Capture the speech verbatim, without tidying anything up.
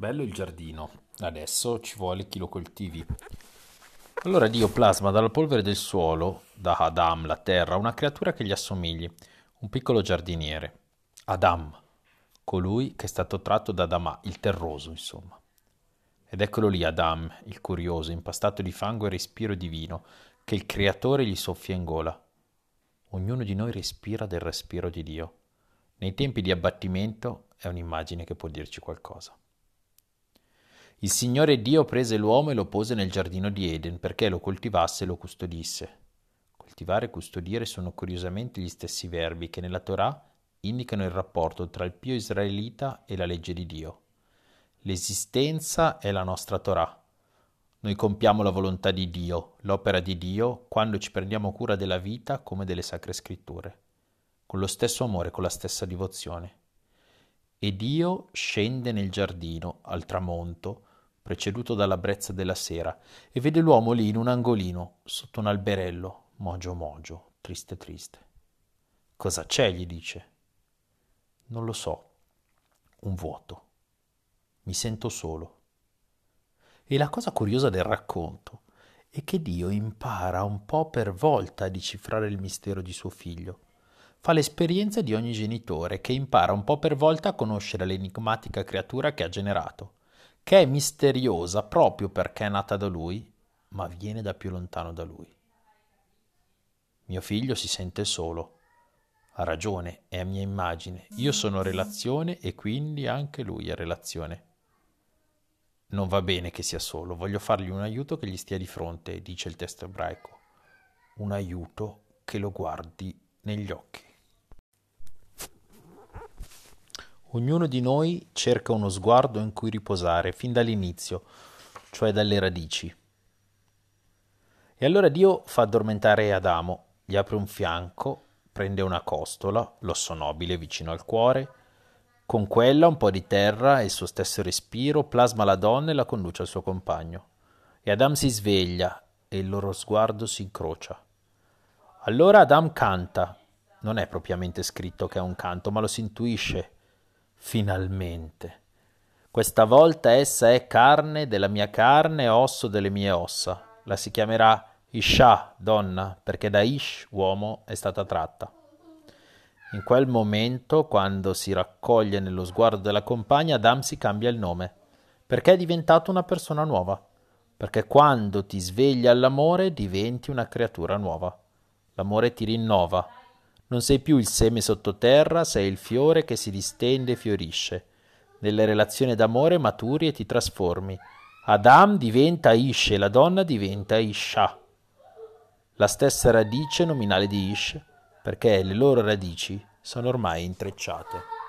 Bello il giardino, adesso ci vuole chi lo coltivi. Allora Dio plasma dalla polvere del suolo, da Adam, la terra, una creatura che gli assomigli, un piccolo giardiniere. Adam, colui che è stato tratto da Adamà, il terroso, insomma. Ed eccolo lì Adam, il curioso, impastato di fango e respiro divino, che il creatore gli soffia in gola. Ognuno di noi respira del respiro di Dio. Nei tempi di abbattimento è un'immagine che può dirci qualcosa. Il Signore Dio prese l'uomo e lo pose nel giardino di Eden perché lo coltivasse e lo custodisse. Coltivare e custodire sono curiosamente gli stessi verbi che nella Torah indicano il rapporto tra il pio israelita e la legge di Dio. L'esistenza è la nostra Torah. Noi compiamo la volontà di Dio, l'opera di Dio, quando ci prendiamo cura della vita come delle sacre scritture, con lo stesso amore, con la stessa devozione. E Dio scende nel giardino al tramonto, preceduto dalla brezza della sera, e vede l'uomo lì in un angolino, sotto un alberello, mogio mogio, triste triste. Cosa c'è? Gli dice. Non lo so. Un vuoto. Mi sento solo. E la cosa curiosa del racconto è che Dio impara un po' per volta a decifrare il mistero di suo figlio. Fa l'esperienza di ogni genitore che impara un po' per volta a conoscere l'enigmatica creatura che ha generato, che è misteriosa proprio perché è nata da lui, ma viene da più lontano da lui. Mio figlio si sente solo. Ha ragione, è a mia immagine. Io sono relazione e quindi anche lui è relazione. Non va bene che sia solo, voglio fargli un aiuto che gli stia di fronte, dice il testo ebraico. Un aiuto che lo guardi negli occhi. Ognuno di noi cerca uno sguardo in cui riposare fin dall'inizio, cioè dalle radici. E allora Dio fa addormentare Adamo, gli apre un fianco, prende una costola, l'osso nobile vicino al cuore, con quella un po' di terra e il suo stesso respiro plasma la donna e la conduce al suo compagno. E Adam si sveglia e il loro sguardo si incrocia. Allora Adam canta. Non è propriamente scritto che è un canto, ma lo si intuisce. Finalmente. Questa volta essa è carne della mia carne e osso delle mie ossa. La si chiamerà Isha, donna, perché da Ish, uomo, è stata tratta. In quel momento, quando si raccoglie nello sguardo della compagna, Adam si cambia il nome, perché è diventato una persona nuova, perché quando ti svegli all'amore diventi una creatura nuova. L'amore ti rinnova. Non sei più il seme sottoterra, sei il fiore che si distende e fiorisce. Nelle relazioni d'amore maturi e ti trasformi. Adam diventa Ish e la donna diventa Isha. La stessa radice nominale di Ish, perché le loro radici sono ormai intrecciate.